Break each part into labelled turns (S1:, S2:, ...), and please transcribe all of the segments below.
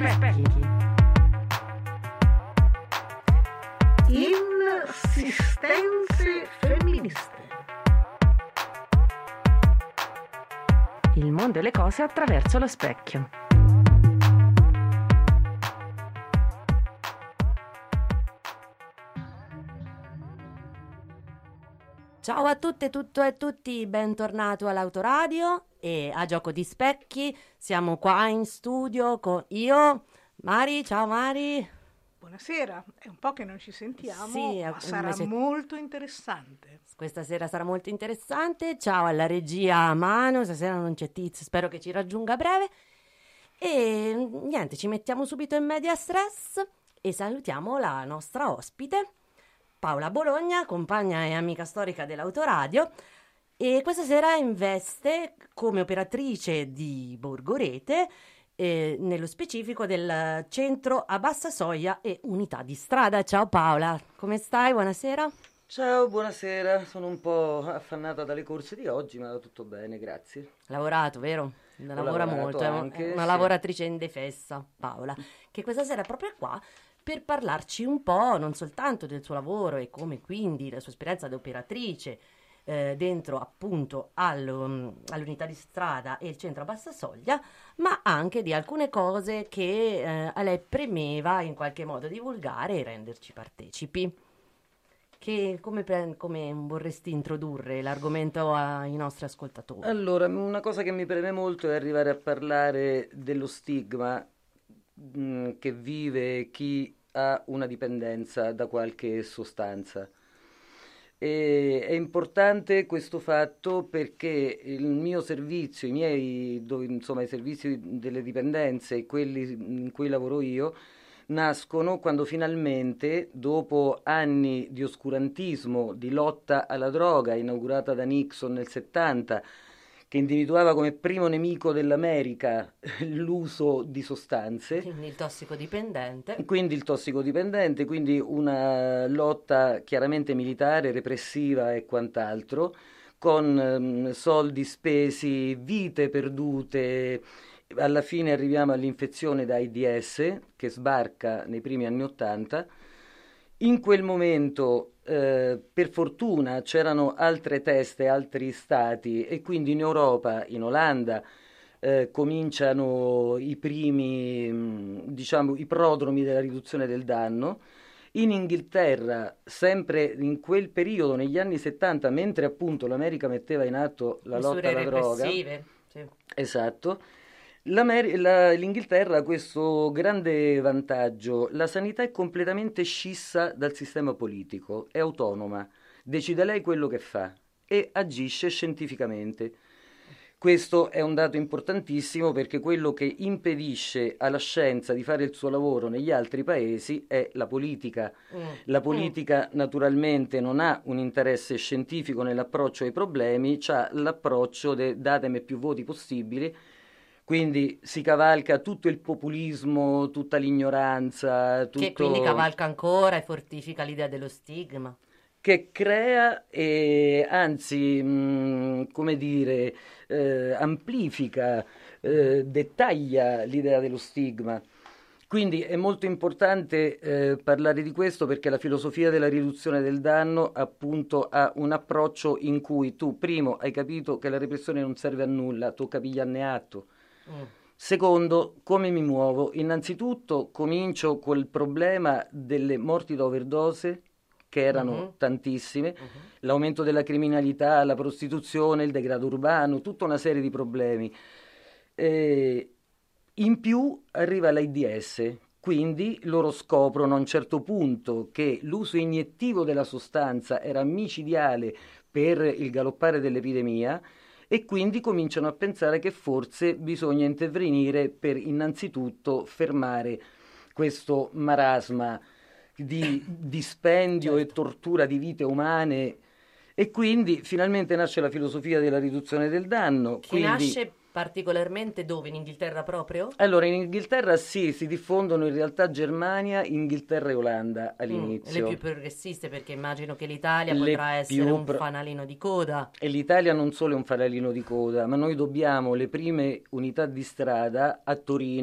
S1: specchi. Insistenze femministe. Il mondo e le cose attraverso lo specchio.
S2: Ciao a tutte e a tutti, bentornato all'Autoradio e a Gioco di Specchi. Siamo qua in studio con io, Mari. Ciao Mari.
S1: Buonasera, è un po' che non ci sentiamo,
S2: Sì,
S1: ma sarà molto interessante.
S2: Questa sera sarà molto interessante. Ciao alla regia Manu, stasera non c'è Tizio, spero che ci raggiunga a breve. E niente, ci mettiamo subito in media stress e salutiamo la nostra ospite, Paola Bologna, compagna e amica storica dell'Autoradio, e questa sera investe come operatrice di Borgorete, nello specifico del centro a bassa soglia e unità di strada. Ciao Paola, come stai? Buonasera.
S3: Ciao, buonasera, sono un po' affannata dalle corse di oggi, ma va tutto bene, grazie.
S2: Lavorato, vero? Lavora molto,
S3: anche,
S2: è una
S3: sì.
S2: Lavoratrice indefessa, Paola, che questa sera è proprio qua per parlarci un po' non soltanto del suo lavoro e come quindi la sua esperienza da operatrice dentro appunto all'unità di strada e il centro a bassa soglia, ma anche di alcune cose che a lei premeva in qualche modo divulgare e renderci partecipi. Come vorresti introdurre l'argomento ai nostri ascoltatori?
S3: Allora, una cosa che mi preme molto è arrivare a parlare dello stigma che vive chi ha una dipendenza da qualche sostanza. E è importante questo fatto perché il mio servizio, i servizi delle dipendenze e quelli in cui lavoro io, nascono quando finalmente, dopo anni di oscurantismo, di lotta alla droga inaugurata da Nixon nel 70, che individuava come primo nemico dell'America l'uso di sostanze.
S2: Quindi il tossicodipendente.
S3: Quindi una lotta chiaramente militare, repressiva e quant'altro, con soldi spesi, vite perdute. Alla fine arriviamo all'infezione da AIDS che sbarca nei primi anni '80. In quel momento, per fortuna, c'erano altre teste, altri stati e quindi in Europa, in Olanda, cominciano i primi, i prodromi della riduzione del danno. In Inghilterra, sempre in quel periodo, negli anni 70, mentre appunto l'America metteva in atto la lotta alla droga,
S2: sì.
S3: esatto, l'Inghilterra ha questo grande vantaggio: la sanità è completamente scissa dal sistema politico, è autonoma, decide lei quello che fa e agisce scientificamente. Questo è un dato importantissimo perché quello che impedisce alla scienza di fare il suo lavoro negli altri paesi è la politica. La politica naturalmente non ha un interesse scientifico nell'approccio ai problemi, ha l'approccio datemi più voti possibili. Quindi si cavalca tutto il populismo, tutta l'ignoranza,
S2: Che quindi cavalca ancora e fortifica l'idea dello stigma.
S3: Che crea e anzi, amplifica, dettaglia l'idea dello stigma. Quindi è molto importante parlare di questo perché la filosofia della riduzione del danno appunto ha un approccio in cui tu primo hai capito che la repressione non serve a nulla, tocca pigliarne atto. Secondo, come mi muovo? Innanzitutto comincio col problema delle morti da overdose, che erano tantissime, l'aumento della criminalità, la prostituzione, il degrado urbano, tutta una serie di problemi. In più arriva l'AIDS, quindi loro scoprono a un certo punto che l'uso iniettivo della sostanza era micidiale per il galoppare dell'epidemia e quindi cominciano a pensare che forse bisogna intervenire per innanzitutto fermare questo marasma di dispendio e tortura di vite umane, e quindi finalmente nasce la filosofia della riduzione del danno.
S2: Che nasce particolarmente dove? In Inghilterra proprio?
S3: Allora, in Inghilterra sì, si diffondono in realtà Germania, Inghilterra e Olanda all'inizio.
S2: Le più progressiste, perché immagino che l'Italia potrà essere un fanalino di coda.
S3: E l'Italia non solo è un fanalino di coda, ma noi dobbiamo le prime unità di strada a Torino,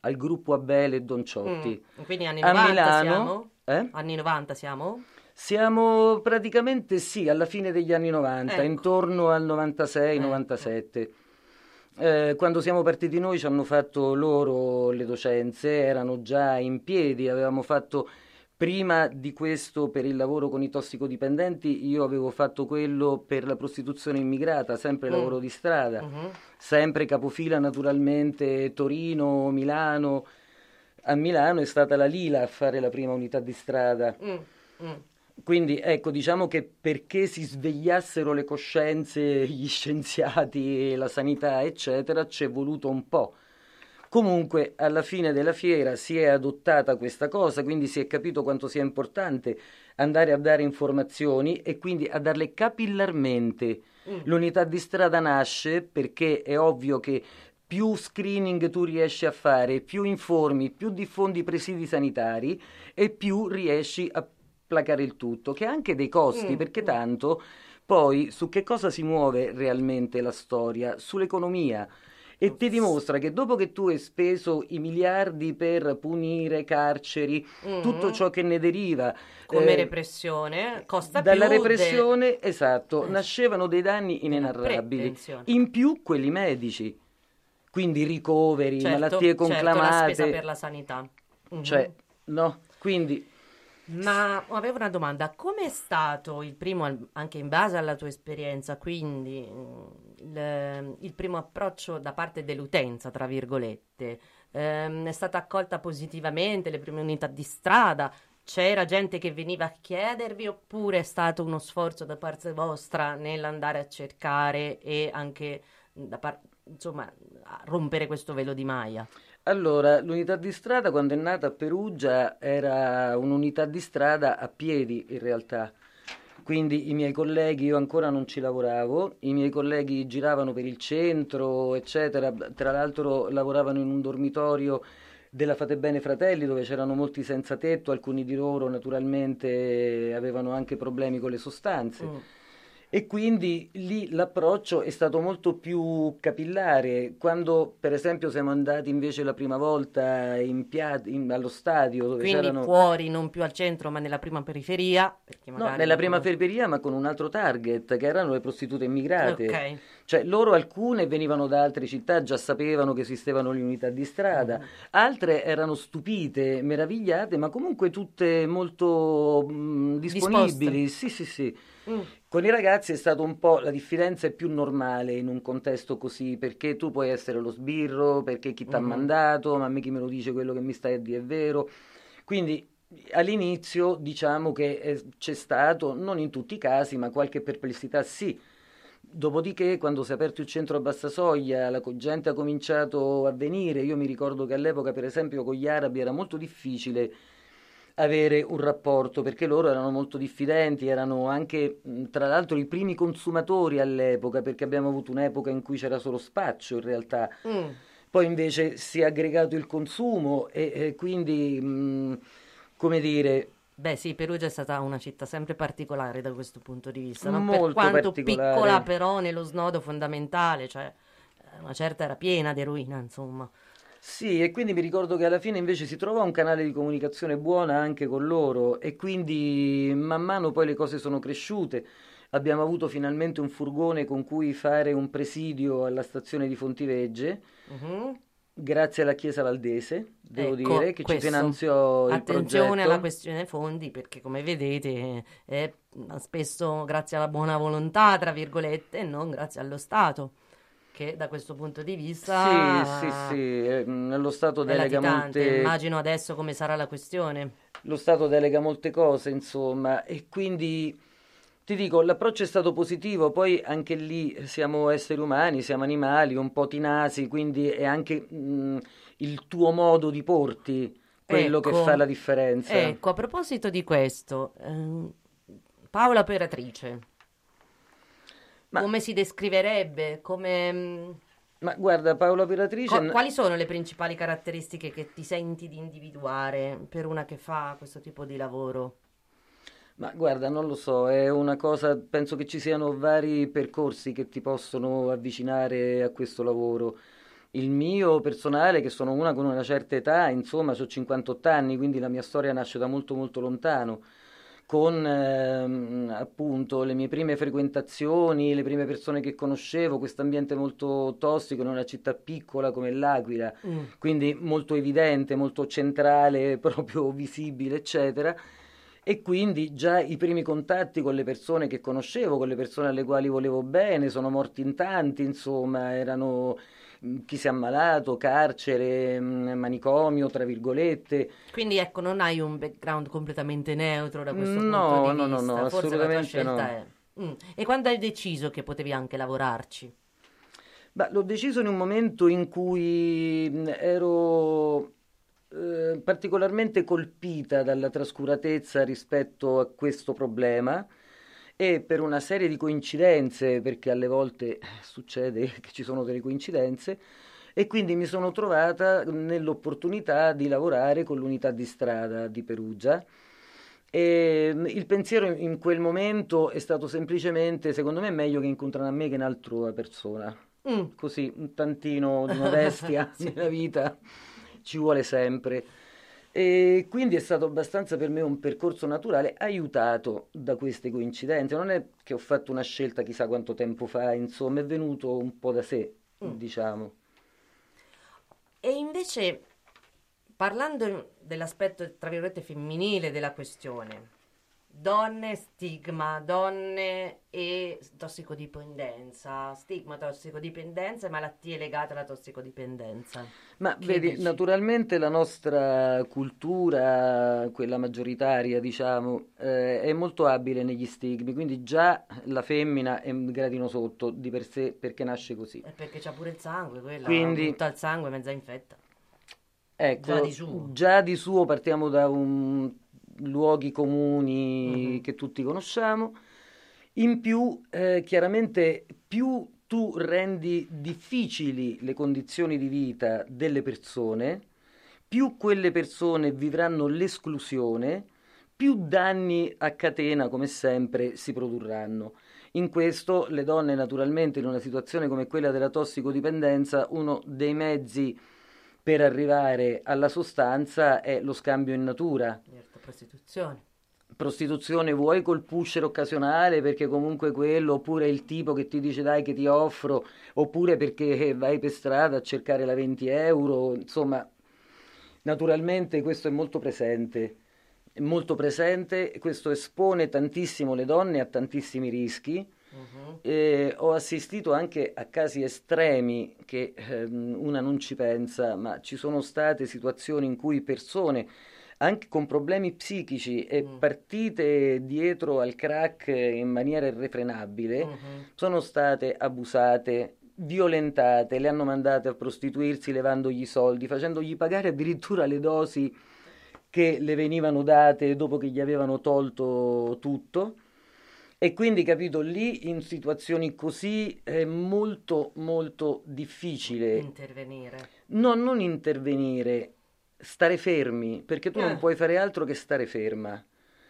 S3: al gruppo Abele e Don Ciotti.
S2: Quindi anni
S3: A
S2: 90
S3: Milano,
S2: siamo?
S3: eh?
S2: Anni 90 siamo?
S3: Siamo praticamente sì, alla fine degli anni 90,
S2: Ecco.
S3: intorno al
S2: Ecco.
S3: 96-97. Quando siamo partiti noi ci hanno fatto loro le docenze, erano già in piedi, avevamo fatto prima di questo per il lavoro con i tossicodipendenti, io avevo fatto quello per la prostituzione immigrata, sempre lavoro di strada,
S2: Mhm.
S3: sempre capofila naturalmente Torino, Milano. A Milano è stata la Lila a fare la prima unità di strada.
S2: Mm, mm.
S3: Quindi ecco, diciamo che perché si svegliassero le coscienze, gli scienziati, la sanità, eccetera, ci è voluto un po'. Comunque, alla fine della fiera si è adottata questa cosa, quindi si è capito quanto sia importante andare a dare informazioni e quindi a darle capillarmente. L'unità di strada nasce perché è ovvio che più screening tu riesci a fare, più informi, più diffondi i presidi sanitari e più riesci a placare il tutto, che ha anche dei costi, perché tanto poi su che cosa si muove realmente la storia? Sull'economia. E ti dimostra che dopo che tu hai speso i miliardi per punire carceri, tutto ciò che ne deriva,
S2: Come
S3: eh,
S2: repressione costa
S3: dalla
S2: più
S3: repressione, esatto, nascevano dei danni inenarrabili.
S2: prevenzione.
S3: In più quelli medici, quindi ricoveri, malattie
S2: Certo, la spesa
S3: conclamate,
S2: per la sanità. Mhm.
S3: cioè, no, quindi
S2: Ma avevo una domanda, com'è stato il primo, anche in base alla tua esperienza, quindi il primo approccio da parte dell'utenza, tra virgolette? È stata accolta positivamente le prime unità di strada? C'era gente che veniva a chiedervi oppure è stato uno sforzo da parte vostra nell'andare a cercare e anche insomma, a rompere questo velo di Maya?
S3: Allora, l'unità di strada quando è nata a Perugia era un'unità di strada a piedi in realtà. Quindi i miei colleghi, io ancora non ci lavoravo, i miei colleghi giravano per il centro, eccetera. Tra l'altro lavoravano in un dormitorio della Fate Bene Fratelli dove c'erano molti senza tetto, alcuni di loro naturalmente avevano anche problemi con le sostanze. E quindi lì l'approccio è stato molto più capillare. Quando, per esempio, siamo andati invece la prima volta allo stadio dove
S2: Quindi
S3: c'erano.
S2: fuori, non più al centro, ma nella prima periferia, perché
S3: No,
S2: magari
S3: nella
S2: non
S3: prima
S2: conosco.
S3: periferia, ma con un altro target, che erano le prostitute immigrate.
S2: Ok.
S3: Cioè, loro alcune venivano da altre città, già sapevano che esistevano le unità di strada, altre erano stupite, meravigliate, ma comunque tutte molto disponibili. Sì, sì, sì. Con i ragazzi è stato un po', la differenza è più normale in un contesto così, perché tu puoi essere lo sbirro, perché chi ti ha mandato, ma a me chi me lo dice quello che mi stai a dire è vero. Quindi all'inizio diciamo che c'è stato, non in tutti i casi, ma qualche perplessità sì. Dopodiché, quando si è aperto il centro a bassa soglia, la gente ha cominciato a venire. Io mi ricordo che all'epoca, per esempio, con gli arabi era molto difficile avere un rapporto perché loro erano molto diffidenti, erano anche tra l'altro i primi consumatori all'epoca, perché abbiamo avuto un'epoca in cui c'era solo spaccio in realtà. Poi invece si è aggregato il consumo e quindi, come dire,
S2: Beh, sì, Perugia è stata una città sempre particolare da questo punto di vista, no? Per
S3: molto
S2: quanto piccola,
S3: particolare.
S2: però nello snodo fondamentale, cioè una certa era piena di rovina, insomma.
S3: Sì, e quindi mi ricordo che alla fine invece si trovò un canale di comunicazione buona anche con loro e quindi man mano poi le cose sono cresciute. Abbiamo avuto finalmente un furgone con cui fare un presidio alla stazione di Fontivegge,
S2: Mhm.
S3: grazie alla Chiesa Valdese, devo dire,
S2: Ecco,
S3: che ci
S2: questo.
S3: finanziò il
S2: Attenzione alla
S3: progetto.
S2: questione fondi, perché come vedete è spesso grazie alla buona volontà, tra virgolette, e non grazie allo Stato, che da questo punto di
S3: Sì, sì,
S2: vista
S3: sì, lo Stato
S2: è
S3: delega
S2: latitante.
S3: molte,
S2: Immagino adesso come sarà la questione.
S3: lo Stato delega molte cose, insomma, e quindi ti dico, l'approccio è stato positivo, poi anche lì siamo esseri umani, siamo animali, un po' tinasi, quindi è anche il tuo modo di porti quello che fa la
S2: Ecco,
S3: differenza.
S2: ecco, a proposito di questo, Paola operatrice,
S3: Ma,
S2: come si descriverebbe? Come,
S3: ma guarda, Paola Operatrice,
S2: quali sono le principali caratteristiche che ti senti di individuare per una che fa questo tipo di lavoro?
S3: ma guarda, non lo so, è una cosa, penso che ci siano vari percorsi che ti possono avvicinare a questo lavoro. Il mio personale, che sono una con una certa età, insomma, ho 58 anni, quindi la mia storia nasce da molto molto lontano, con appunto le mie prime frequentazioni, le prime persone che conoscevo, questo ambiente molto tossico in una città piccola come l'Aquila, quindi molto evidente, molto centrale, proprio visibile, eccetera. E quindi già i primi contatti con le persone che conoscevo, con le persone alle quali volevo bene, sono morti in tanti, insomma, erano chi si è ammalato, carcere, manicomio, tra virgolette.
S2: Quindi ecco, non hai un background completamente neutro da questo punto
S3: No,
S2: di
S3: no, no,
S2: vista.
S3: no,
S2: Forse la tua
S3: assolutamente
S2: scelta
S3: no.
S2: è... E quando hai deciso che potevi anche lavorarci?
S3: Beh, l'ho deciso in un momento in cui ero particolarmente colpita dalla trascuratezza rispetto a questo problema e per una serie di coincidenze, perché alle volte succede che ci sono delle coincidenze, e quindi mi sono trovata nell'opportunità di lavorare con l'unità di strada di Perugia. E il pensiero in quel momento è stato semplicemente, secondo me è meglio che incontrano a me che un'altra persona.
S2: Mm.
S3: Così, un tantino di modestia
S2: Sì.
S3: nella vita ci vuole sempre. E quindi è stato abbastanza per me un percorso naturale, aiutato da queste coincidenze. Non è che ho fatto una scelta chissà quanto tempo fa, insomma, è venuto un po' da sé,
S2: Mm.
S3: diciamo.
S2: E invece, parlando dell'aspetto, tra virgolette, femminile della questione, donne, stigma, donne e tossicodipendenza, stigma, tossicodipendenza e malattie legate alla tossicodipendenza.
S3: Ma
S2: Che
S3: vedi,
S2: dici?
S3: naturalmente la nostra cultura, quella maggioritaria, diciamo, è molto abile negli stigmi, quindi già la femmina è un gradino sotto di per sé perché nasce così.
S2: È perché c'ha pure il sangue, quella
S3: Quindi,
S2: butta il sangue mezza infetta. Già di
S3: ecco,
S2: suo.
S3: già di suo partiamo da luoghi comuni
S2: Mhm.
S3: che tutti conosciamo. In più, chiaramente, più tu rendi difficili le condizioni di vita delle persone, più quelle persone vivranno l'esclusione, più danni a catena, come sempre, si produrranno. In questo, le donne, naturalmente, in una situazione come quella della tossicodipendenza, uno dei mezzi per arrivare alla sostanza è lo scambio in natura.
S2: Certo, prostituzione.
S3: Prostituzione vuoi col pusher occasionale perché comunque quello, oppure il tipo che ti dice dai che ti offro, oppure perché vai per strada a cercare la 20 euro, insomma, naturalmente questo è molto presente, questo espone tantissimo le donne a tantissimi rischi.
S2: Mhm.
S3: Ho assistito anche a casi estremi che una non ci pensa, ma ci sono state situazioni in cui persone anche con problemi psichici e
S2: Mm.
S3: partite dietro al crack in maniera irrefrenabile
S2: Mhm.
S3: sono state abusate, violentate, le hanno mandate a prostituirsi levandogli i soldi, facendogli pagare addirittura le dosi che le venivano date dopo che gli avevano tolto tutto. E quindi, capito, lì in situazioni così è molto molto difficile
S2: Intervenire.
S3: non intervenire, stare fermi, perché tu non
S2: Eh.
S3: puoi fare altro che stare ferma.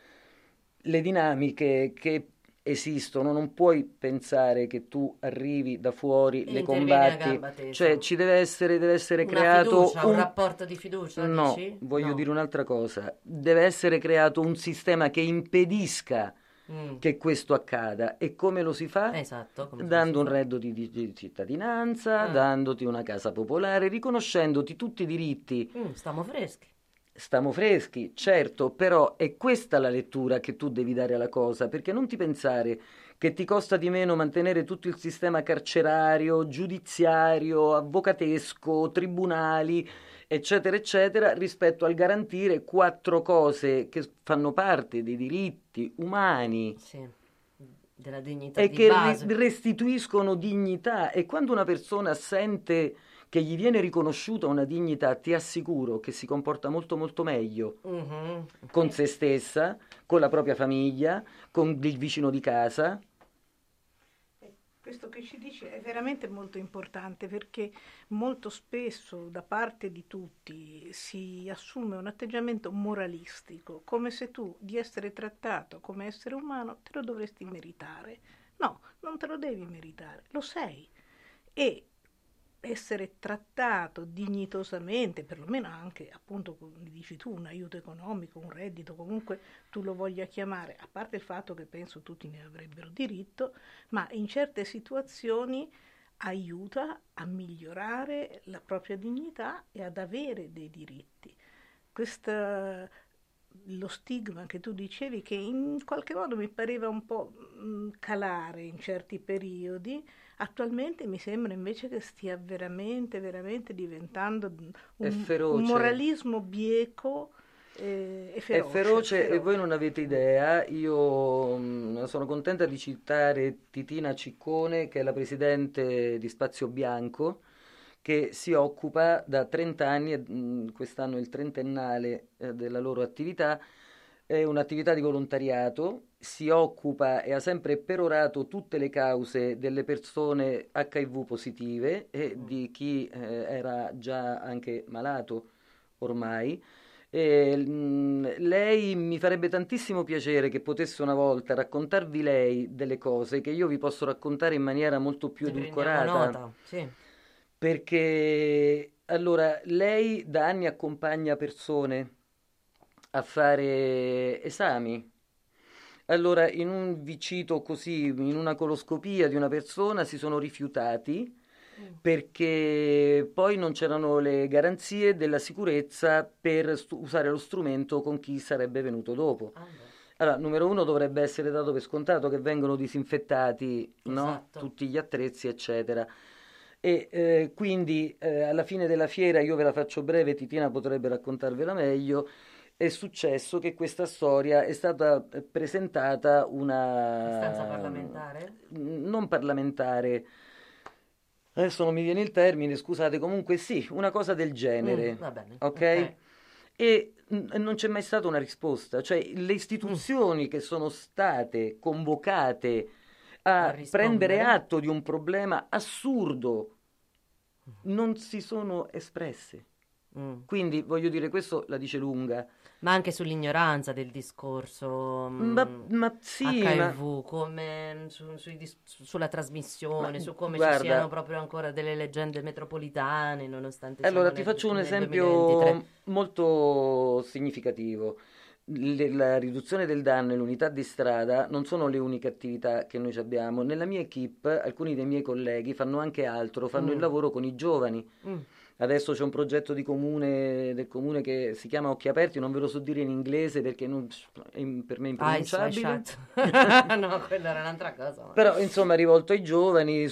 S3: Le dinamiche che esistono, non puoi pensare che tu arrivi da fuori,
S2: E
S3: le
S2: interviene a
S3: combatti,
S2: gamba tesa.
S3: cioè ci deve essere
S2: Una
S3: creato
S2: fiducia, un rapporto di fiducia,
S3: No,
S2: dici?
S3: voglio
S2: No.
S3: dire un'altra cosa, deve essere creato un sistema che impedisca
S2: Mm.
S3: che questo accada. E come lo si fa?
S2: Esatto, come se lo si
S3: Dando un
S2: fa.
S3: reddito di cittadinanza,
S2: Eh.
S3: dandoti una casa popolare, riconoscendoti tutti i diritti.
S2: Stiamo freschi.
S3: Stiamo freschi, certo, però è questa la lettura che tu devi dare alla cosa, perché non ti pensare che ti costa di meno mantenere tutto il sistema carcerario, giudiziario, avvocatesco, tribunali, eccetera, eccetera, rispetto al garantire quattro cose che fanno parte dei diritti umani
S2: Sì, della dignità
S3: e
S2: di
S3: che
S2: base.
S3: restituiscono dignità. E quando una persona sente che gli viene riconosciuta una dignità, ti assicuro che si comporta molto molto meglio
S2: Mhm.
S3: con se stessa, con la propria famiglia, con il vicino di casa.
S4: Questo che ci dici è veramente molto importante perché molto spesso da parte di tutti si assume un atteggiamento moralistico, come se tu di essere trattato come essere umano te lo dovresti meritare. No, non te lo devi meritare, lo sei. E essere trattato dignitosamente, perlomeno anche, appunto, come dici tu, un aiuto economico, un reddito, comunque tu lo voglia chiamare, a parte il fatto che penso tutti ne avrebbero diritto, ma in certe situazioni aiuta a migliorare la propria dignità e ad avere dei diritti. Questa, lo stigma che tu dicevi, che in qualche modo mi pareva un po' calare in certi periodi, attualmente mi sembra invece che stia veramente, veramente diventando un moralismo bieco e feroce.
S3: È feroce e voi non avete idea. Io sono contenta di citare Titina Ciccone, che è la presidente di Spazio Bianco, che si occupa da 30 anni, quest'anno è il trentennale della loro attività, è un'attività di volontariato, si occupa e ha sempre perorato tutte le cause delle persone HIV positive e di chi era già anche malato ormai. Lei mi farebbe tantissimo piacere che potesse una volta raccontarvi lei delle cose che io vi posso raccontare in maniera molto più edulcorata.
S2: Nota, sì.
S3: Perché allora lei da anni accompagna persone a fare esami. Allora, in un vicito così, in una coloscopia di una persona, si sono rifiutati perché poi non c'erano le garanzie della sicurezza per usare lo strumento con chi sarebbe venuto dopo. Allora, numero uno, dovrebbe essere dato per scontato che vengono disinfettati, no?
S2: Esatto.
S3: Tutti gli attrezzi, eccetera. E quindi alla fine della fiera, io ve la faccio breve, Titina potrebbe raccontarvela meglio, è successo che questa storia è stata presentata una...
S2: Istanza parlamentare?
S3: Non parlamentare, adesso non mi viene il termine, scusate, comunque sì, una cosa del genere,
S2: Va bene,
S3: ok? E non c'è mai stata una risposta, cioè le istituzioni che sono state convocate a prendere atto di un problema assurdo non si sono espresse. Quindi voglio dire, questo la dice lunga.
S2: Ma anche sull'ignoranza del discorso
S3: ma sì,
S2: HIV, come sulla trasmissione, su come
S3: guarda,
S2: ci siano proprio ancora delle leggende metropolitane, nonostante
S3: allora ti faccio un esempio molto significativo. La riduzione del danno e l'unità di strada non sono le uniche attività che noi abbiamo. Nella mia equipe alcuni dei miei colleghi fanno anche altro, fanno il lavoro con i giovani. Adesso c'è un progetto del comune che si chiama Occhi Aperti, non ve lo so dire in inglese perché per me è impronunciabile.
S2: No, quella era un'altra cosa.
S3: Però insomma è rivolto ai giovani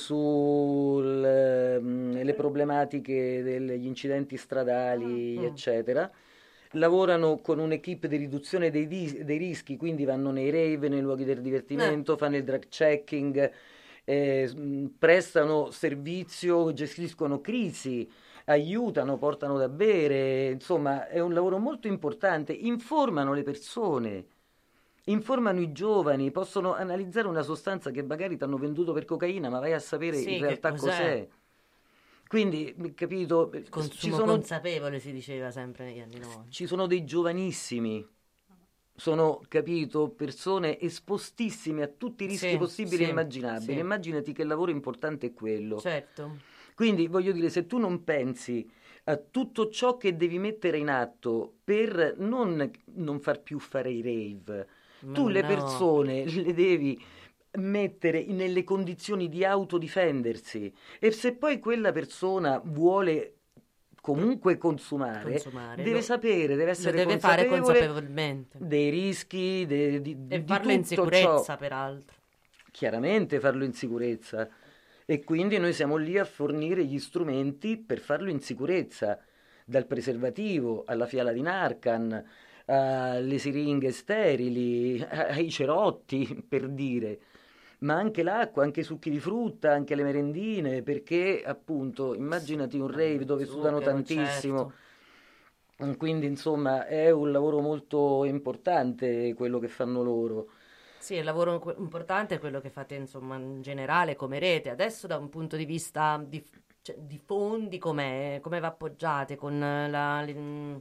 S3: sulle problematiche degli incidenti stradali, eccetera. Lavorano con un'equipe di riduzione dei rischi, quindi vanno nei rave, nei luoghi del divertimento, fanno il drug checking, prestano servizio, gestiscono crisi, aiutano, portano da bere, insomma è un lavoro molto importante, informano le persone, informano i giovani, possono analizzare una sostanza che magari ti hanno venduto per cocaina, ma vai a sapere in realtà cos'è. Quindi, capito?
S2: Il consumo consapevole si diceva sempre negli anni 90.
S3: Ci sono dei giovanissimi, sono, capito, persone espostissime a tutti i rischi possibili e immaginabili. Immaginati che lavoro importante è quello.
S2: Certo.
S3: Quindi, voglio dire, se tu non pensi a tutto ciò che devi mettere in atto per non far più fare i rave, tu le persone le devi mettere nelle condizioni di autodifendersi, e se poi quella persona vuole comunque consumare deve sapere, deve essere
S2: fare consapevolmente
S3: dei rischi
S2: e farlo in sicurezza, peraltro.
S3: Chiaramente farlo in sicurezza, e quindi noi siamo lì a fornire gli strumenti per farlo in sicurezza, dal preservativo alla fiala di Narcan, alle siringhe sterili, ai cerotti, per dire, ma anche l'acqua, anche i succhi di frutta, anche le merendine, perché appunto immaginati un rave dove sudano tantissimo, quindi insomma è un lavoro molto importante quello che fanno loro.
S2: Sì, il lavoro importante è quello che fate insomma in generale come rete. Adesso da un punto di vista di fondi come va appoggiate con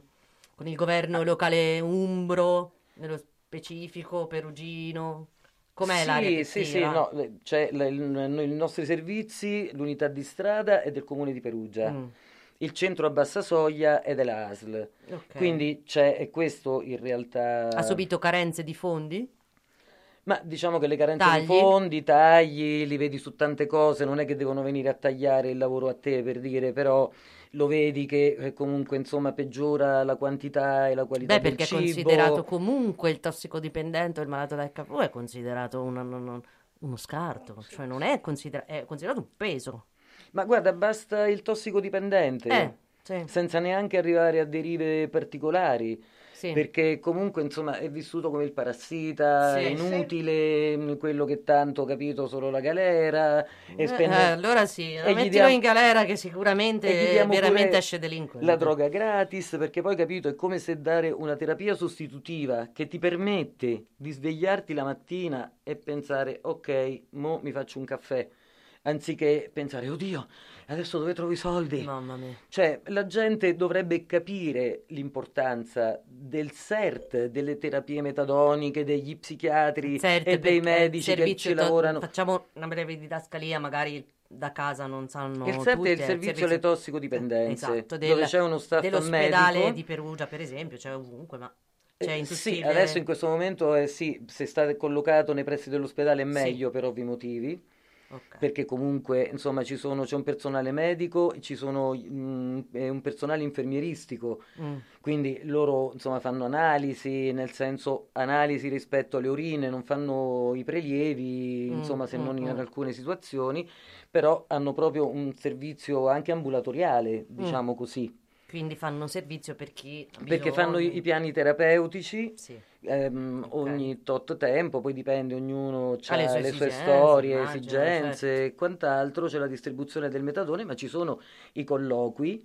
S2: il governo locale umbro, nello specifico perugino? Com'è l'area
S3: Sì,
S2: effettiva?
S3: no, c'è i nostri servizi, l'unità di strada è del Comune di Perugia,
S2: Mm,
S3: il centro a bassa soglia è della ASL,
S2: ok.
S3: quindi è questo in
S2: Ha
S3: realtà.
S2: subito carenze di fondi?
S3: Ma diciamo che le carenze di
S2: Tagli?
S3: fondi, tagli, li vedi su tante cose, non è che devono venire a tagliare il lavoro a te per dire, però lo vedi che comunque insomma peggiora la quantità e la qualità
S2: Beh,
S3: del
S2: perché è considerato
S3: cibo.
S2: comunque il tossicodipendente o il malato da HIV è considerato uno scarto, cioè non è, è considerato un peso.
S3: Ma guarda, basta il tossicodipendente,
S2: Sì,
S3: senza neanche arrivare a derive particolari,
S2: sì,
S3: perché comunque insomma è vissuto come il parassita, è
S2: sì.
S4: Sì.
S3: inutile quello che tanto capito solo la galera, e spende.
S2: Allora sì,
S3: E gli
S2: mettilo
S3: diamo,
S2: in galera che
S3: e gli
S2: sicuramente
S3: diamo
S2: veramente
S3: pure
S2: esce
S3: la
S2: delinquente.
S3: droga gratis, perché poi capito è come se dare una terapia sostitutiva che ti permette di svegliarti la mattina e pensare ok, mo mi faccio un caffè, anziché pensare oddio, adesso dove trovo i soldi?
S2: Mamma mia.
S3: Cioè, la gente dovrebbe capire l'importanza del CERT, delle terapie metadoniche, degli psichiatri
S2: Certo,
S3: e dei
S2: perché il
S3: medici che ci lavorano.
S2: facciamo una breve didascalia, magari da casa non
S3: Il
S2: sanno
S3: CERT è il
S2: tutti, è il
S3: servizio alle tossicodipendenze,
S2: esatto,
S3: dove c'è uno staff
S2: dell'ospedale
S3: medico.
S2: di Perugia, per esempio, c'è ovunque, ma c'è in
S3: Sì,
S2: tutti
S3: adesso in
S2: le...
S3: questo momento sì, se state collocato nei pressi dell'ospedale è
S2: Sì,
S3: meglio per ovvi motivi,
S2: ok.
S3: perché comunque insomma c'è un personale medico, è un personale infermieristico,
S2: Mm,
S3: quindi loro insomma fanno analisi, nel senso analisi rispetto alle urine, non fanno i prelievi,
S2: mm,
S3: insomma se
S2: mm,
S3: non in
S2: mm,
S3: alcune situazioni, però hanno proprio un servizio anche ambulatoriale,
S2: mm.
S3: diciamo così.
S2: Quindi fanno servizio per chi ha
S3: Perché fanno i
S2: bisogno.
S3: piani terapeutici
S2: Sì, ok.
S3: ogni tot tempo, poi dipende, ognuno
S2: Ha le
S3: ha
S2: sue
S3: le sue
S2: esigenze,
S3: storie,
S2: immagino, certo.
S3: esigenze e quant'altro, c'è la distribuzione del metadone, ma ci sono i colloqui,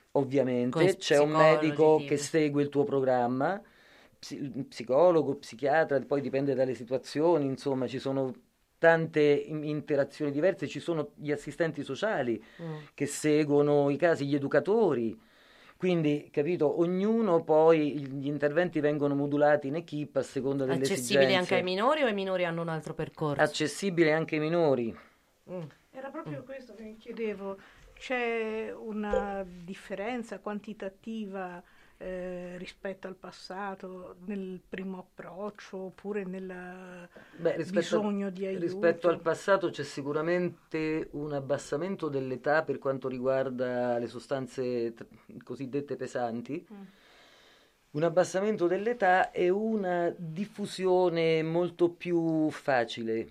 S2: Con
S3: ovviamente, c'è un
S2: psicologi
S3: medico che
S2: tipo.
S3: segue il tuo programma, psicologo, psichiatra, poi dipende dalle situazioni, insomma, ci sono tante interazioni diverse, ci sono gli assistenti sociali
S2: Mm.
S3: che seguono i casi, gli educatori. Quindi, capito, ognuno poi gli interventi vengono modulati in equipe a seconda delle
S2: Accessibili anche ai
S3: esigenze,
S2: minori o i minori hanno un altro percorso?
S3: accessibile anche ai minori.
S2: Mm,
S4: Era
S2: mm.
S4: proprio questo che mi chiedevo. C'è una differenza quantitativa rispetto al passato nel primo approccio oppure nel
S3: Beh,
S4: bisogno di
S3: rispetto al
S4: aiuto?
S3: passato c'è sicuramente un abbassamento dell'età per quanto riguarda le sostanze cosiddette pesanti,
S4: Mm.
S3: un abbassamento dell'età e una diffusione molto più facile.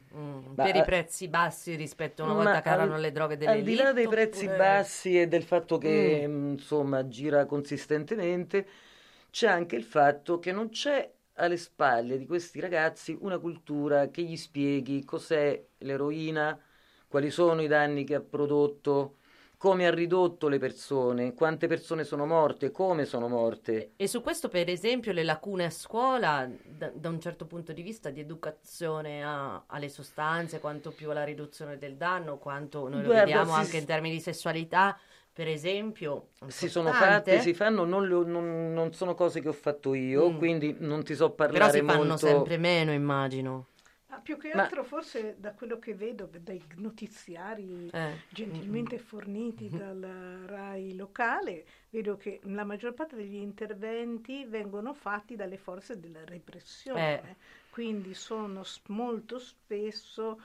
S3: Ma
S2: Per i prezzi bassi rispetto a una
S3: Ma
S2: volta che erano le droghe
S3: al di là dei
S2: dell'elite
S3: prezzi
S2: oppure...
S3: bassi e del fatto
S2: Mm,
S3: che insomma gira consistentemente, c'è anche il fatto che non c'è alle spalle di questi ragazzi una cultura che gli spieghi cos'è l'eroina, quali sono i danni che ha prodotto, come ha ridotto le persone, quante persone sono morte, come sono morte.
S2: E su questo, per esempio, le lacune a scuola, da un certo punto di vista di educazione alle sostanze, quanto più alla riduzione del danno, quanto noi lo
S3: Guarda,
S2: vediamo anche in termini di sessualità, per esempio,
S3: si sono fatte, si
S2: importante,
S3: fanno, non sono cose che ho fatto io,
S2: mm,
S3: quindi non ti so
S2: però
S3: parlare
S2: si fanno
S3: molto.
S2: sempre meno, immagino.
S4: Ma più che
S3: Ma
S4: altro forse da quello che vedo dai notiziari
S2: Mm,
S4: gentilmente forniti dal RAI locale, vedo che la maggior parte degli interventi vengono fatti dalle forze della repressione, quindi sono molto spesso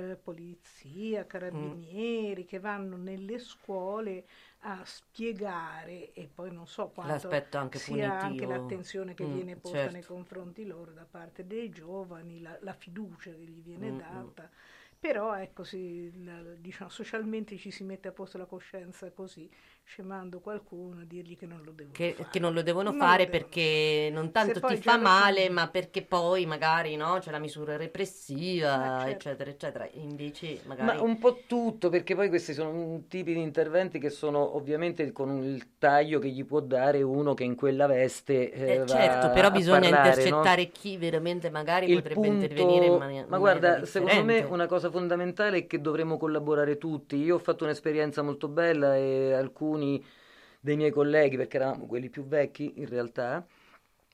S4: polizia,
S2: mm.
S4: carabinieri che vanno nelle scuole a spiegare e poi non so quanto
S2: L'aspetto anche
S4: sia anche
S2: punitivo.
S4: l'attenzione che viene posta nei
S2: Certo.
S4: confronti loro da parte dei giovani, la fiducia che gli viene
S2: Mm, mm.
S4: data. Però ecco, diciamo, socialmente ci si mette a posto la coscienza così, scemando qualcuno a dirgli che non lo devono
S2: Che
S4: fare.
S2: non lo devono
S4: Non lo
S2: fare
S4: devono
S2: perché
S4: fare.
S2: non
S4: Se
S2: tanto
S4: poi
S2: ti
S4: già
S2: fa
S4: lo
S2: male,
S4: fanno,
S2: ma perché poi magari no, c'è la misura repressiva,
S4: certo.
S2: eccetera, eccetera. Invece
S3: Ma
S2: magari
S3: un po' tutto, perché poi questi sono tipi di interventi che sono ovviamente con il taglio che gli può dare uno che in quella veste
S2: certo,
S3: va
S2: però
S3: a
S2: bisogna
S3: parlare, no?
S2: intercettare chi veramente magari
S3: Il
S2: potrebbe intervenire in,
S3: punto, ma
S2: in maniera
S3: guarda, secondo me
S2: differente.
S3: una cosa fondamentale è che dovremmo collaborare tutti. Io ho fatto un'esperienza molto bella e alcuni dei miei colleghi, perché eravamo quelli più vecchi in realtà,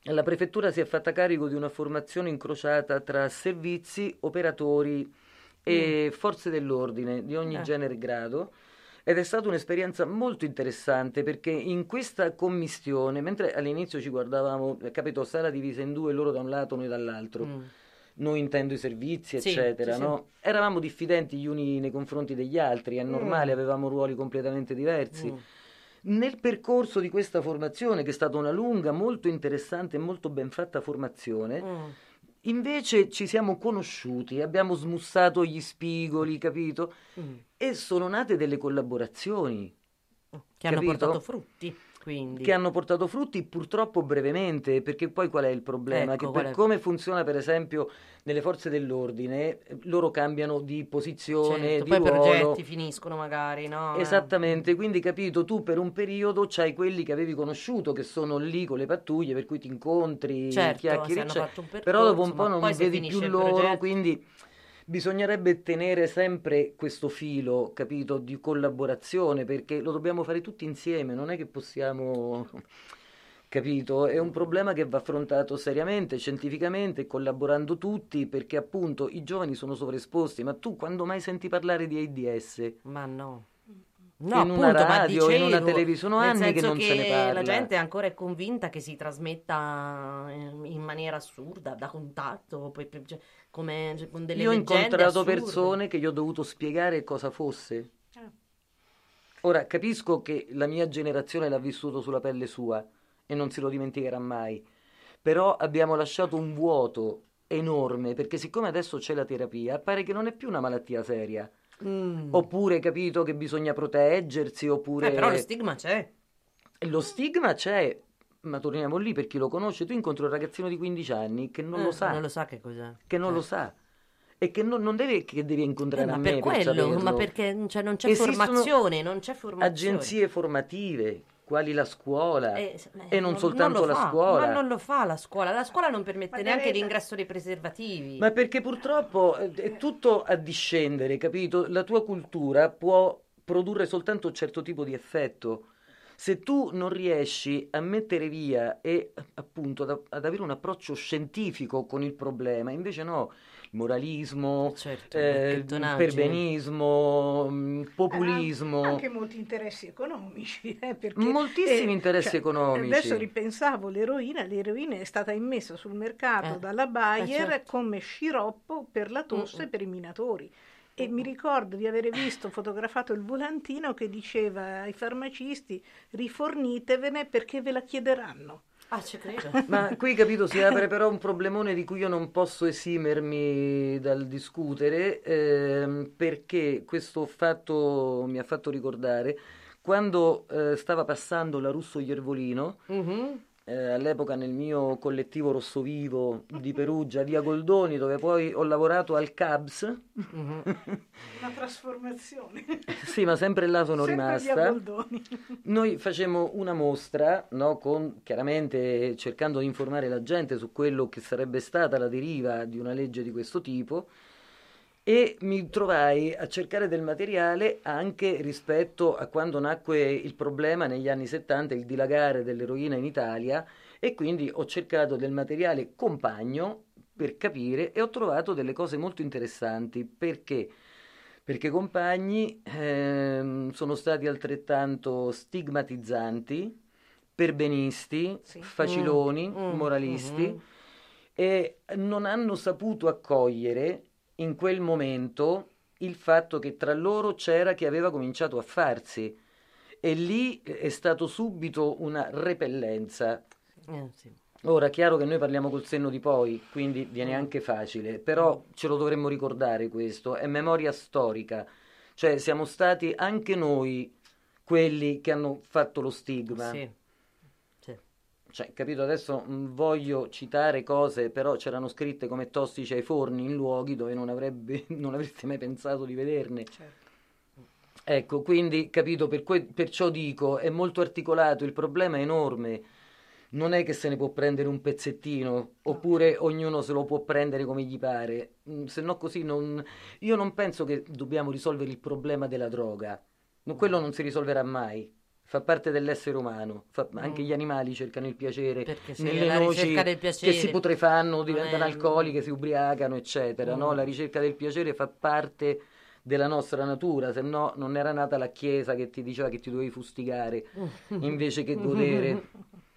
S3: la prefettura si è fatta carico di una formazione incrociata tra servizi, operatori e forze dell'ordine di ogni genere e grado, ed è stata un'esperienza molto interessante perché in questa commistione, mentre all'inizio ci guardavamo, capito, sala divisa in due, loro da un lato, noi dall'altro, noi intendo i servizi,
S2: Sì,
S3: eccetera,
S2: sì,
S3: no? Eravamo diffidenti gli uni nei confronti degli altri, è normale, avevamo ruoli completamente diversi. Nel percorso di questa formazione, che è stata una lunga, molto interessante e molto ben fatta formazione, invece ci siamo conosciuti, abbiamo smussato gli spigoli, capito? E sono nate delle collaborazioni.
S2: Che hanno
S3: capito?
S2: portato frutti, quindi.
S3: Che hanno portato frutti purtroppo brevemente, perché poi qual è il problema?
S2: Ecco,
S3: Che
S2: qual
S3: per
S2: è?
S3: come funziona per esempio nelle forze dell'ordine, loro cambiano di posizione,
S2: Certo,
S3: di
S2: poi i
S3: ruolo.
S2: progetti finiscono magari, no?
S3: Esattamente, quindi capito, tu per un periodo c'hai quelli che avevi conosciuto, che sono lì con le pattuglie, per cui ti incontri,
S2: Certo,
S3: chiacchieri,
S2: se hanno
S3: eccetera.
S2: fatto un
S3: Però dopo
S2: percorso,
S3: un po'
S2: ma
S3: non
S2: poi se
S3: vedi
S2: finisce
S3: più
S2: il
S3: loro,
S2: progetto.
S3: quindi bisognerebbe tenere sempre questo filo, capito, di collaborazione, perché lo dobbiamo fare tutti insieme, non è che possiamo, capito? È un problema che va affrontato seriamente, scientificamente, collaborando tutti, perché appunto i giovani sono sovraesposti, ma tu quando mai senti parlare di AIDS?
S2: Ma no. No,
S3: In una
S2: appunto, ma
S3: radio, in una
S2: dicevo,
S3: televisione, sono
S2: nel
S3: anni che
S2: senso
S3: non se ne
S2: che
S3: parla.
S2: la gente ancora è convinta che si trasmetta in maniera assurda, da contatto, cioè, come cioè, con delle
S3: Io ho
S2: leggende
S3: incontrato
S2: assurde.
S3: persone che gli ho dovuto spiegare cosa fosse.
S4: Ah.
S3: Ora, capisco che la mia generazione l'ha vissuto sulla pelle sua e non se lo dimenticherà mai, però abbiamo lasciato un vuoto enorme, perché siccome adesso c'è la terapia, pare che non è più una malattia seria. Oppure, capito, che bisogna proteggersi, oppure...
S2: Però lo stigma c'è.
S3: Lo stigma c'è, ma torniamo lì, per chi lo conosce, tu incontri un ragazzino di 15 anni che non lo sa,
S2: Non lo sa che cos'è.
S3: che non lo sa, e che non deve, che devi incontrare
S2: Ma
S3: a
S2: per
S3: me per
S2: quello,
S3: saperlo.
S2: ma perché cioè, non c'è
S3: Esistono
S2: formazione, non c'è formazione.
S3: agenzie formative, quali la scuola, e non
S2: lo
S3: soltanto la
S2: fa,
S3: scuola.
S2: Ma non lo fa la scuola. La scuola non permette
S4: Ma
S2: neanche
S4: deve-
S2: l'ingresso dei preservativi.
S3: Ma perché purtroppo è tutto a discendere, capito? La tua cultura può produrre soltanto un certo tipo di effetto. Se tu non riesci a mettere via e appunto ad avere un approccio scientifico con il problema, invece no, il moralismo,
S2: Certo,
S3: il
S2: accattonaggine.
S3: perbenismo, populismo.
S4: Anche molti interessi economici, perché,
S3: Moltissimi interessi
S4: cioè,
S3: economici.
S4: Adesso ripensavo, l'eroina è stata immessa sul mercato dalla Bayer
S2: certo.
S4: come sciroppo per la tosse e per i minatori. E mi ricordo di avere visto, fotografato il volantino che diceva ai farmacisti: rifornitevene perché ve la chiederanno.
S2: Ah, ci credo.
S3: Ma qui, capito, si apre però un problemone di cui io non posso esimermi dal discutere, perché questo fatto mi ha fatto ricordare quando stava passando la Russo Iervolino, all'epoca nel mio collettivo Rossovivo di Perugia, via Goldoni, dove poi ho lavorato al CABS.
S4: Una trasformazione.
S3: Sì, ma sempre là sono
S4: Sempre via
S3: rimasta.
S4: Goldoni.
S3: Noi facemmo una mostra, no, chiaramente cercando di informare la gente su quello che sarebbe stata la deriva di una legge di questo tipo, e mi trovai a cercare del materiale anche rispetto a quando nacque il problema negli anni 70, il dilagare dell'eroina in Italia, e quindi ho cercato del materiale compagno per capire, e ho trovato delle cose molto interessanti. Perché compagni sono stati altrettanto stigmatizzanti, perbenisti, faciloni, moralisti, e non hanno saputo accogliere in quel momento il fatto che tra loro c'era chi aveva cominciato a farsi, e lì è stato subito una repellenza.
S2: Sì.
S3: Ora, chiaro che noi parliamo col senno di poi, quindi viene anche facile, però ce lo dovremmo ricordare questo, è memoria storica, cioè siamo stati anche noi quelli che hanno fatto lo stigma.
S2: Sì.
S3: Cioè, capito, adesso non voglio citare cose, però c'erano scritte come tossici ai forni in luoghi dove non avreste mai pensato di vederne.
S4: Certo.
S3: Ecco, quindi, capito, perciò dico, è molto articolato, il problema è enorme. Non è che se ne può prendere un pezzettino, oppure ognuno se lo può prendere come gli pare. Se no così io non penso che dobbiamo risolvere il problema della droga. Quello non si risolverà mai. fa parte dell'essere umano, anche gli animali cercano il piacere,
S2: Perché
S3: nelle
S2: la
S3: noci
S2: ricerca del piacere
S3: che si putrefanno,
S2: non
S3: diventano
S2: è-
S3: alcoliche, si ubriacano, eccetera, no? La ricerca del piacere fa parte della nostra natura, se no non era nata la Chiesa che ti diceva che ti dovevi fustigare invece che godere.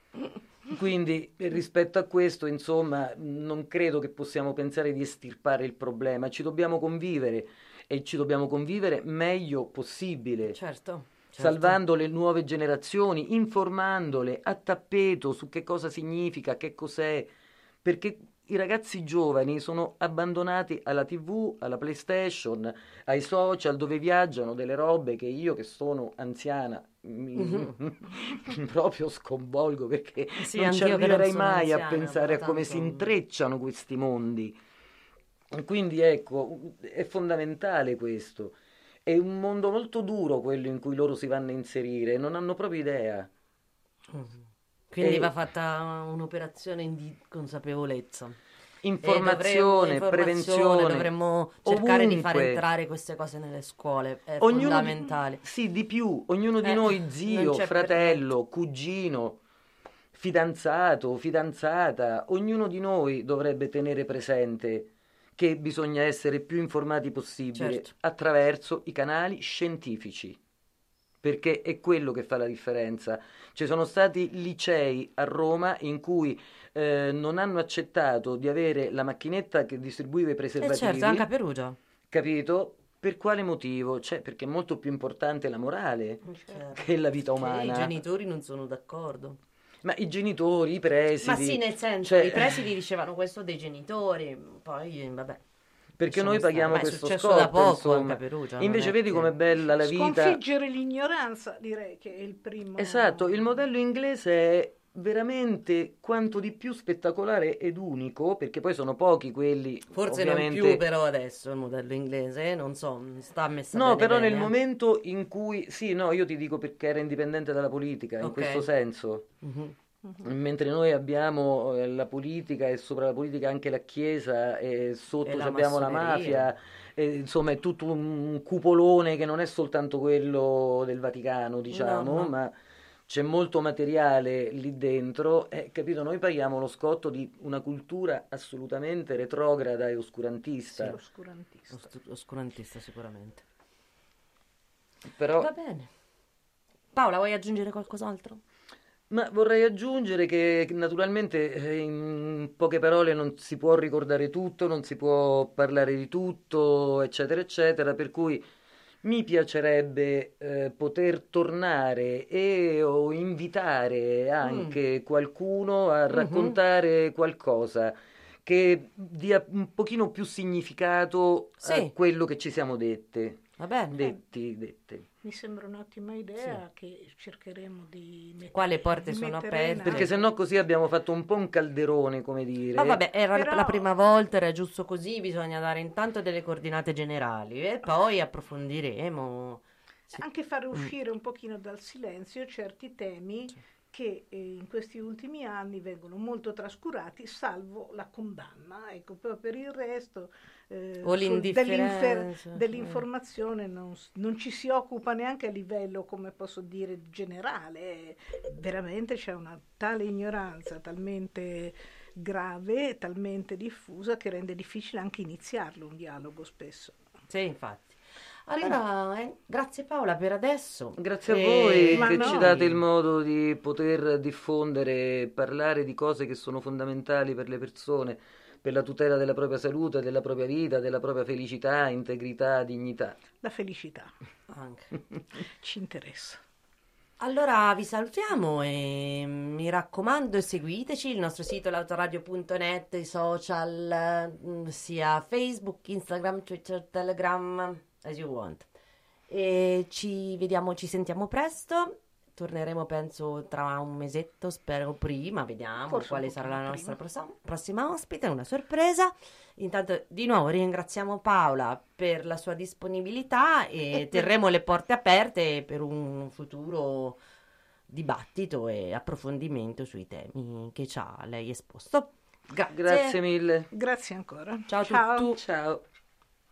S3: Quindi rispetto a questo, insomma, non credo che possiamo pensare di estirpare il problema, ci dobbiamo convivere e ci dobbiamo convivere meglio possibile,
S2: Certo.
S3: salvando le nuove generazioni, informandole a tappeto su che cosa significa, che cos'è, perché i ragazzi giovani sono abbandonati alla TV, alla PlayStation, ai social, dove viaggiano delle robe che io, che sono anziana, proprio sconvolgo, perché
S2: Sì,
S3: non ci
S2: anch'io che non
S3: arriverei
S2: sono
S3: mai
S2: anziana,
S3: a pensare a
S2: però
S3: come
S2: tanto-
S3: si intrecciano questi mondi. Quindi ecco, è fondamentale questo. È un mondo molto duro quello in cui loro si vanno a inserire, non hanno proprio idea.
S2: Quindi
S3: E-
S2: va fatta un'operazione di consapevolezza.
S3: Informazione, prevenzione,
S2: dovremmo cercare di far
S3: ovunque.
S2: entrare queste cose nelle scuole, è
S3: Ognuno
S2: fondamentale.
S3: sì, di più, ognuno di
S2: Eh,
S3: noi,
S2: non
S3: zio,
S2: c'è
S3: fratello, cugino, fidanzato, fidanzata, ognuno di noi dovrebbe tenere presente che bisogna essere più informati possibile
S2: Certo.
S3: attraverso i canali scientifici, perché è quello che fa la differenza. Ci sono stati licei a Roma in cui non hanno accettato di avere la macchinetta che distribuiva i preservativi,
S2: certo, anche a Perugia.
S3: capito? Per quale motivo? Cioè, perché è molto più importante la morale
S2: Certo.
S3: che la vita
S2: Che i
S3: umana.
S2: genitori non sono d'accordo.
S3: Ma i genitori, i presidi...
S2: Ma sì, nel senso,
S3: cioè,
S2: i presidi dicevano questo dei genitori, poi vabbè.
S3: perché
S2: lasciamo
S3: noi
S2: stare.
S3: paghiamo
S2: Ma è
S3: questo
S2: successo
S3: scotto,
S2: da poco
S3: insomma.
S2: anche a Perugia,
S3: Invece
S2: non è
S3: vedi
S2: che-
S3: com'è bella la vita.
S4: Sconfiggere l'ignoranza, direi che è il primo.
S3: Esatto, il modello inglese è veramente quanto di più spettacolare ed unico, perché poi sono pochi quelli,
S2: Forse
S3: ovviamente...
S2: non più però adesso il modello inglese, non so, sta messa
S3: No,
S2: bene
S3: però
S2: bene,
S3: nel momento in cui... Sì, no, io ti dico perché era indipendente dalla politica, in
S2: Ok.
S3: questo senso.
S2: Mhm.
S3: Mentre noi abbiamo la politica e sopra la politica anche la Chiesa e sotto
S2: E la
S3: abbiamo la
S2: massoneria.
S3: mafia, e, insomma è tutto un cupolone che non è soltanto quello del Vaticano, diciamo,
S2: No, no.
S3: ma c'è molto materiale lì dentro, capito? Noi paghiamo lo scotto di una cultura assolutamente retrograda e oscurantista,
S4: L'oscurantista.
S2: Oscurantista sicuramente.
S3: però...
S2: Va bene. Paola, vuoi aggiungere qualcos'altro?
S3: Ma vorrei aggiungere che naturalmente in poche parole non si può ricordare tutto, non si può parlare di tutto, eccetera, eccetera, per cui mi piacerebbe poter tornare o invitare anche qualcuno a raccontare qualcosa che dia un pochino più significato a
S2: Sì.
S3: quello che ci siamo dette.
S2: Va bene.
S3: Dette.
S4: Mi sembra un'ottima idea che cercheremo di mettere.
S2: Quale porte
S4: di
S2: sono
S4: mettere
S2: aperte?
S4: in
S3: Perché
S4: atto.
S3: sennò così abbiamo fatto un po' un calderone, come dire.
S2: Ma vabbè, era
S4: Però-
S2: la prima volta, era giusto così, bisogna dare intanto delle coordinate generali e poi approfondiremo. Sì.
S4: Anche fare uscire un pochino dal silenzio certi temi che in questi ultimi anni vengono molto trascurati, salvo la condanna. Ecco, poi per il resto
S2: O l'indifferenza.
S4: dell'informazione non ci si occupa neanche a livello, come posso dire, generale. Veramente c'è una tale ignoranza, talmente grave, talmente diffusa, che rende difficile anche iniziarlo un dialogo spesso.
S2: Sì, infatti. Allora, grazie Paola per adesso.
S3: Grazie a voi
S4: Ma
S3: che
S4: no.
S3: ci date il modo di poter diffondere e parlare di cose che sono fondamentali per le persone, per la tutela della propria salute, della propria vita, della propria felicità, integrità, dignità.
S4: La felicità
S2: Anche.
S4: ci interessa.
S2: Allora vi salutiamo e mi raccomando seguiteci, il nostro sito l'autoradio.net, i social, sia Facebook, Instagram, Twitter, Telegram, as you want. E ci vediamo, ci sentiamo presto, torneremo penso tra un mesetto, spero prima, vediamo
S4: Forse
S2: quale
S4: un
S2: sarà la
S4: pochino
S2: nostra prossima ospite, una sorpresa. Intanto di nuovo ringraziamo Paola per la sua disponibilità e terremo le porte aperte per un futuro dibattito e approfondimento sui temi che ci ha lei esposto. Grazie.
S3: Grazie mille.
S4: Grazie ancora.
S2: Ciao a tutti.
S3: Ciao.